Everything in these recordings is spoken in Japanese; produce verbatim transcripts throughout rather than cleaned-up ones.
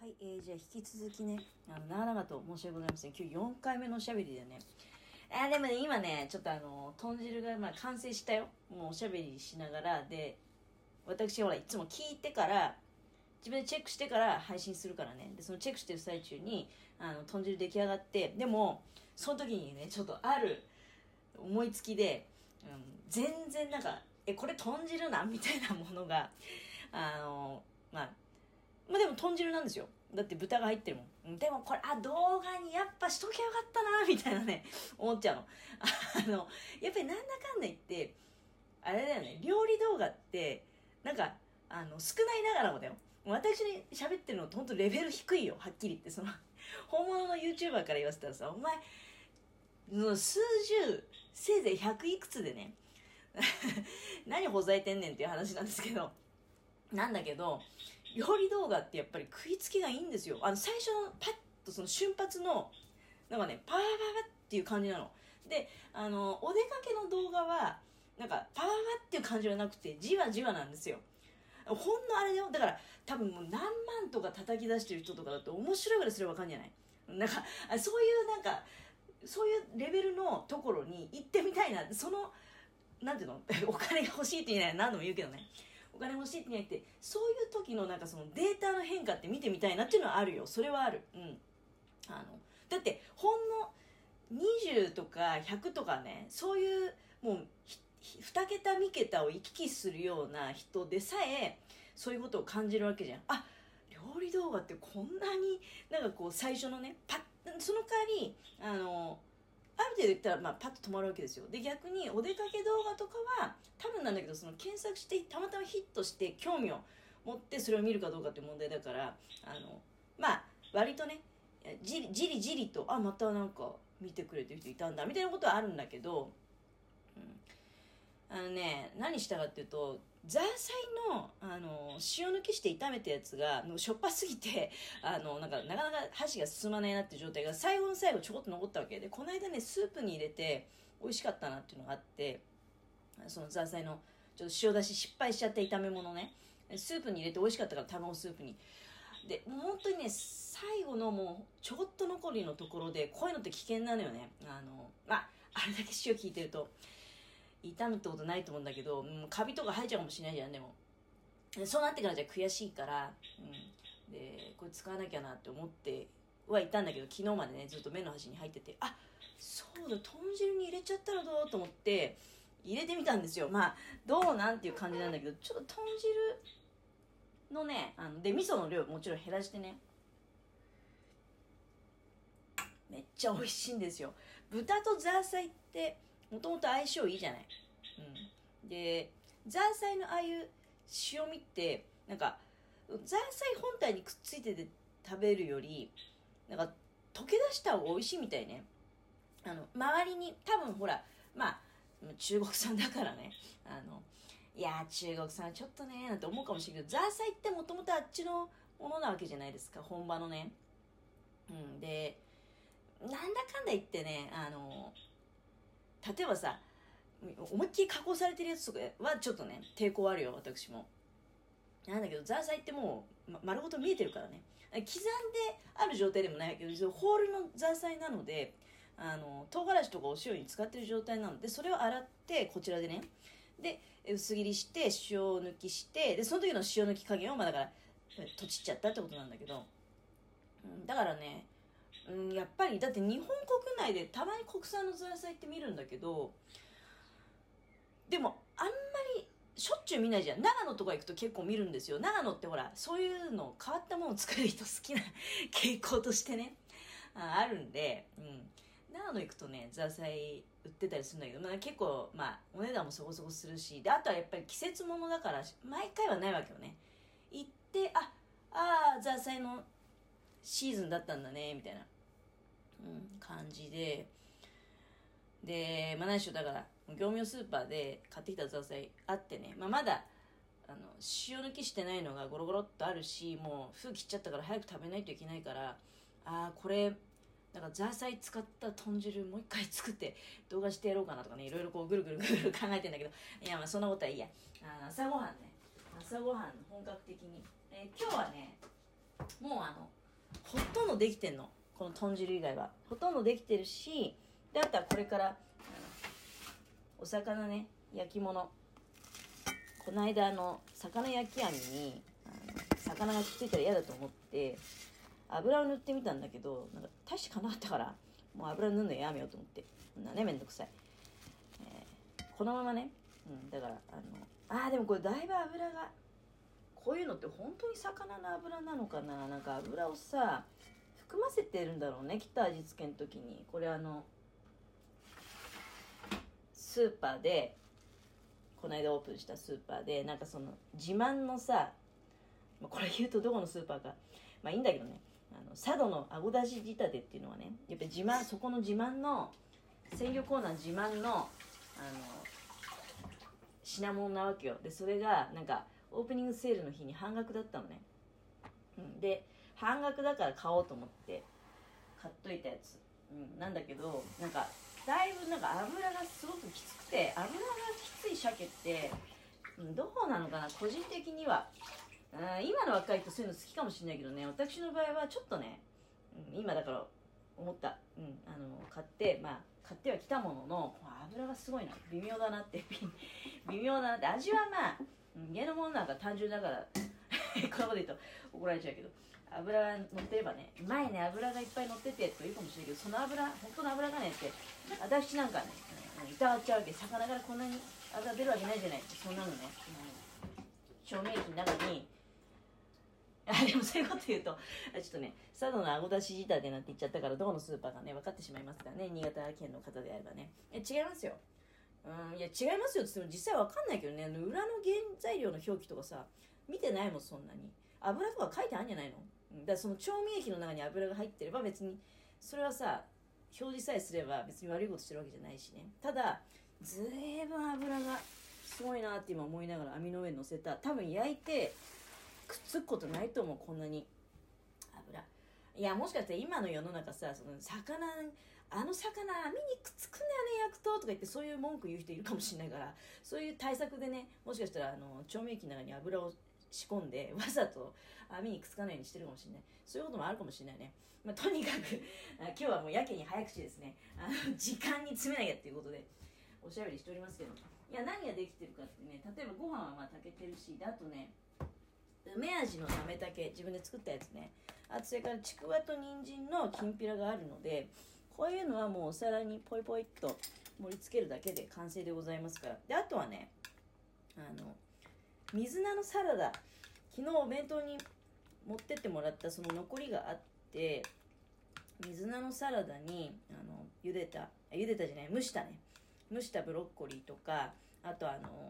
はい、えー、じゃあ引き続きね、あの長々と申し訳ございません。今日よんかいめのおしゃべりでね。あーでもね、今ね、ちょっとあの、豚汁がまあ完成したよ。もうおしゃべりしながら、で、私ほら、いつも聞いてから、自分でチェックしてから配信するからね。で、そのチェックしてる最中に、あの、豚汁出来上がって、でも、その時にね、ちょっとある思いつきで、うん、全然なんか、え、これ豚汁なんみたいなものが、あの、まあ、まあでも豚汁なんですよ。だって豚が入ってるもん。でもこれ、あ、動画にやっぱしときゃよかったな、みたいなね、思っちゃうの。あの、やっぱりなんだかんだ言って、あれだよね、料理動画って、なんか、あの、少ないながらもだよ。私に喋ってるのって本当レベル低いよ、はっきり言って。その、本物の YouTuber から言わせたらさ、お前、数十、せいぜいひゃくいくつでね、何ほざいてんねんっていう話なんですけど、なんだけど、料理動画ってやっぱり食いつきがいいんですよ。あの最初のパッとその瞬発のなんかねパワパワっていう感じなので、あのお出かけの動画はなんかパワパワっていう感じはなくてじわじわなんですよ。ほんのあれだよ。だから多分もう何万とか叩き出してる人とかだと面白いぐらいすればわかんじゃない。なんかそういうなんかそういうレベルのところに行ってみたいな。そのなんていうのお金が欲しいって言うのは何度も言うけどね、お金欲しいって言ってそういう時のなんかそのデータの変化って見てみたいなっていうのはあるよ。それはある。うん。あのだってほんのにじゅうとかひゃくとかね、そういうもうに桁さん桁を行き来するような人でさえそういうことを感じるわけじゃん。あ、料理動画ってこんなになんかこう最初のねパッ、その代わりあのある程度言ったら、まあ、パッと止まるわけですよ。で、逆にお出かけ動画とかは多分なんだけど、その検索してたまたまヒットして興味を持ってそれを見るかどうかって問題だから、あのまあ割とねじりじりじりと、あ、またなんか見てくれてる人いたんだみたいなことはあるんだけど、うん、あのね、何したかっていうと、ザーサイの、あの塩抜きして炒めたやつがもうしょっぱすぎて、あのなんかなかなか箸が進まないなっていう状態が最後の最後ちょこっと残ったわけで、この間ねスープに入れて美味しかったなっていうのがあって、そのザーサイのちょっと塩出し失敗しちゃって炒め物ね、スープに入れて美味しかったから、卵スープに。でもう本当にね、最後のもうちょこっと残りのところでこういうのって危険なのよね。あのまああれだけ塩効いてると痛むってことないと思うんだけど、うん、カビとか生えちゃうかもしれないじゃん。でもそうなってからじゃ悔しいから、うん、でこれ使わなきゃなって思ってはいたんだけど、昨日までねずっと目の端に入ってて、あ、そうだ豚汁に入れちゃったらどうと思って入れてみたんですよ。まあどうなんっていう感じなんだけど、ちょっと豚汁のね、あので味噌の量もちろん減らしてね、めっちゃ美味しいんですよ。豚とザーサイってもともと相性いいじゃない。うん、でザーサイのああいう塩味ってなんかザーサイ本体にくっついてて食べるよりなんか溶け出した方が美味しいみたいね。あの周りに多分ほら、まあ中国産だからね、あのいや中国産はちょっとねなんて思うかもしれないけど、ザーサイってもともとあっちのものなわけじゃないですか、本場のね。うんで、なんだかんだ言ってね、あの例えばさ、思いっきり加工されてるやつとかはちょっとね抵抗あるよ、私も。なんだけどザーサイってもう、ま、丸ごと見えてるからね、刻んである状態でもないけどホールのザーサイなので、あの唐辛子とかお塩に使ってる状態なので、それを洗ってこちらでね、で薄切りして塩抜きして、でその時の塩抜き加減をまあだからとちっちゃったってことなんだけど、うん、だからね、うん、やっぱりだって日本国内でたまに国産のザーサイって見るんだけど、でもあんまりしょっちゅう見ないじゃん。長野とか行くと結構見るんですよ。長野ってほらそういうの変わったものを作る人好きな傾向としてね、ああるんで、うん、長野行くとねザーサイ売ってたりするんだけど、まあ、結構まあお値段もそこそこするし、であとはやっぱり季節ものだから毎回はないわけよね。行ってああザーサイのシーズンだったんだねみたいな、うん、感じで、で、まあ、何しろだから業務用スーパーで買ってきたザーサイあってね、まあ、まだあの塩抜きしてないのがゴロゴロっとあるし、もう封切っちゃったから早く食べないといけないから、ああこれなんかザーサイ使った豚汁もう一回作って動画してやろうかなとかね、いろいろこうぐるぐるぐるぐる考えてんだけど、いやまあそんなことはいいや。あの朝ごはんね、朝ごはん本格的に、えー今日はねもうあのほとんどできてんの、この豚汁以外はほとんどできてるし、であとはこれからお魚ね、焼き物、この間あの魚焼き網にあの魚がくっついたら嫌だと思って油を塗ってみたんだけど、なんか大してかなかったから、もう油塗るのやめようと思って、こんなねめんどくさい、えー、このままね、うん、だからあのあーでもこれだいぶ油が、こういうのって本当に魚の油なのかな、なんか油をさ含ませてるんだろうね、きっと味付けの時に。これあのスーパーで、この間オープンしたスーパーで、なんかその自慢のさ、これ言うとどこのスーパーかまあいいんだけどね、あの佐渡のあごだし仕立てっていうのはね、やっぱり自慢、そこの自慢の鮮魚コーナー自慢のあの品物なわけよ。でそれがなんかオープニングセールの日に半額だったのね、うん、で半額だから買おうと思って買っといたやつ、うん、なんだけど、なんかだいぶなんか油がすごくきつくて、油がきつい鮭って、うん、どうなのかな、個人的には、うん、今の若い人そういうの好きかもしれないけどね、私の場合はちょっとね、うん、今だから思った、うん、あの買ってまあ買ってはきたものの、油がすごいな、微妙だなって微妙だなって、味はまあ家のものなんか単純だからこんなこと言うと怒られちゃうけど、油が乗ってればね、前ね油がいっぱい乗っててと言うかもしれないけど、その油、本当の油がねって私なんかね、うん、いたわっちゃうわけ、魚からこんなに油出るわけないじゃないって、そんなのね、うん、調味液の中にあでもそういうこと言うとちょっとね、佐渡のあごだし仕立てなんて言っちゃったから、どこのスーパーかね分かってしまいますからね、新潟県の方であればね。え違いますよ、うん、いや違いますよって言っても実際分かんないけどね、裏の原材料の表記とかさ見てないもん、そんなに油とか書いてあるんじゃないの。だからその調味液の中に油が入ってれば別にそれはさ表示さえすれば別に悪いことしてるわけじゃないしね。ただずいぶん油がすごいなって今思いながら網の上に乗せた、多分焼いてくっつくことないと思う、こんなに油。いやもしかしたら今の世の中さ、その魚あの魚網にくっつくんだよね焼くととか言って、そういう文句言う人いるかもしれないから、そういう対策でね、もしかしたらあの調味液の中に油を仕込んでわざと網にくっつかないようにしてるかもしれない、そういうこともあるかもしれないね。まあ、とにかく今日はもうやけに早口ですね、あの時間に詰めなきゃっていうことでおしゃべりしておりますけど、いや何ができてるかってね、例えばご飯はまあ炊けてるし、であとね梅味のなめたけ自分で作ったやつね、あとそれからちくわと人参のきんぴらがあるので、こういうのはもうお皿にポイポイっと盛り付けるだけで完成でございますから。であとはね、あの水菜のサラダ、昨日お弁当に持ってってもらったその残りがあって、水菜のサラダにあの茹でた茹でたじゃない蒸したね蒸したブロッコリーとか、あとあの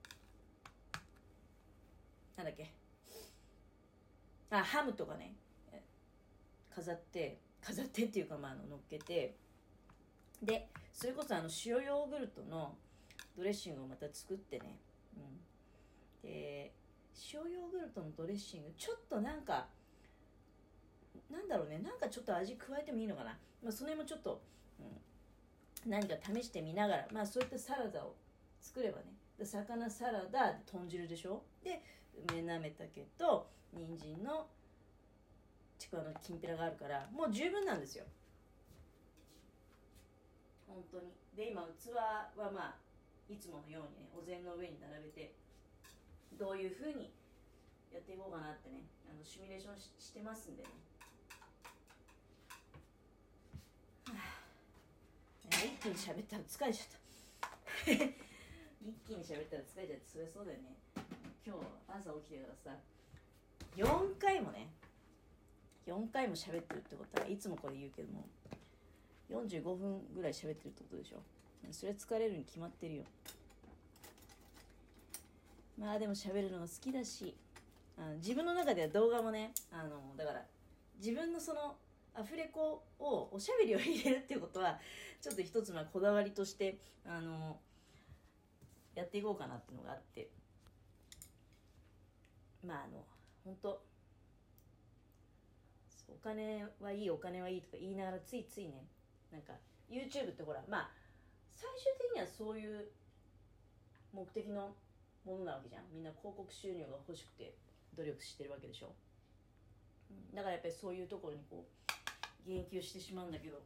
なんだっけあハムとかね飾って飾ってっていうか、まあ、あの乗っけて、でそれこそあの塩ヨーグルトのドレッシングをまた作ってね、うん、で塩ヨーグルトのドレッシングちょっとなんかなんだろうね、なんかちょっと味加えてもいいのかな、まあ、その辺もちょっと、うん、何か試してみながら、まあそういったサラダを作ればね、で魚サラダ豚汁でしょ、で梅なめたけと人参のちくわのきんぴらがあるからもう十分なんですよ本当に。で今器はまあいつものようにねお膳の上に並べて、どういう風にやっていこうかなってね、あのシミュレーション し, してますんでね、はあ、一気に喋ったら疲れちゃった一気に喋ったら疲れちゃって、そりゃそうだよね。今日朝起きてからさよんかいもねよんかいも喋ってるってことは、いつもこれ言うけどもよんじゅうごふんぐらい喋ってるってことでしょ。それ疲れるに決まってるよ。まあでも喋るのが好きだし、あの自分の中では動画もね、あのだから自分のそのアフレコをおしゃべりを入れるっていうことはちょっと一つのこだわりとしてあのやっていこうかなっていうのがあって、まああの本当お金はいいお金はいいとか言いながらついついね、なんか YouTube ってほらまあ最終的にはそういう目的のものなわけじゃん。みんな広告収入が欲しくて努力してるわけでしょ。 だからやっぱりそういうところにこう言及してしまうんだけど、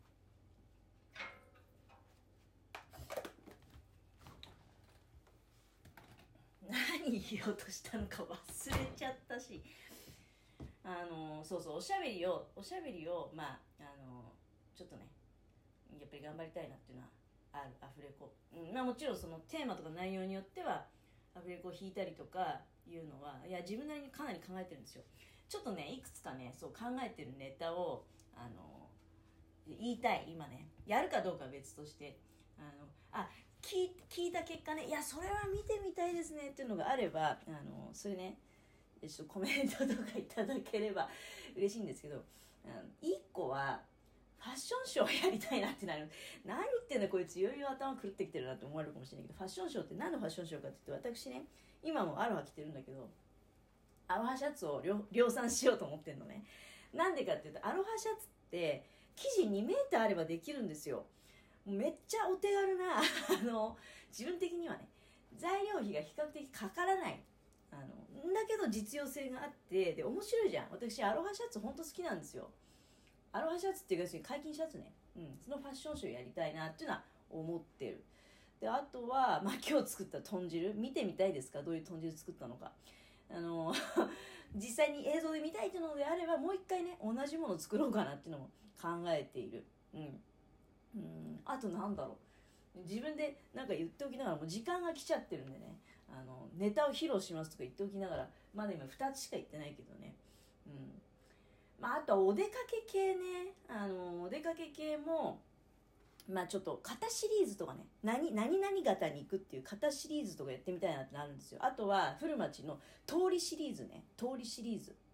何言おうとしたのか忘れちゃったし、あのそうそう、おしゃべりをおしゃべりをまああのちょっとねやっぱり頑張りたいなっていうのはある。アフレコ、うん、まあもちろんそのテーマとか内容によってはアフレコを弾いたりとかいうのはいや自分なりにかなり考えてるんですよ。ちょっとねいくつかねそう考えてるネタをあの言いたい今ね。やるかどうかは別として、あのあ聞い聞いた結果ね、いやそれは見てみたいですねっていうのがあれば、あのそれねちょっとコメントとかいただければ嬉しいんですけど、いっこはファッションショーやりたいなってなる。何言ってんだこいつ、いよいよ頭狂ってきてるなって思われるかもしれないけど、ファッションショーって何のファッションショーかって言って、私ね今もアロハ着てるんだけど、アロハシャツを量産しようと思ってるのね。なんでかっていうと、アロハシャツって生地にメーターあればできるんですよ。めっちゃお手軽なあの自分的にはね材料費が比較的かからないあのだけど実用性があってで面白いじゃん。私アロハシャツほんと好きなんですよ。アロハシャツっていうか解禁シャツね、うん、そのファッションショーやりたいなっていうのは思ってる。であとは、まあ、今日作った豚汁見てみたいですか？どういう豚汁作ったのか。あの実際に映像で見たいというのであればもう一回ね同じものを作ろうかなっていうのも考えている。うんうん、あとなんだろう、自分でなんか言っておきながらもう時間が来ちゃってるんでね、あのネタを披露しますとか言っておきながらまだ今ふたつしか言ってないけどね、うんまあ、あとはお出かけ系ね、あのお出かけ系もまあちょっと型シリーズとかね、何何々型に行くっていう型シリーズとかやってみたいなってなるんですよ。あとは古町の通りシリーズね、通りシリーズ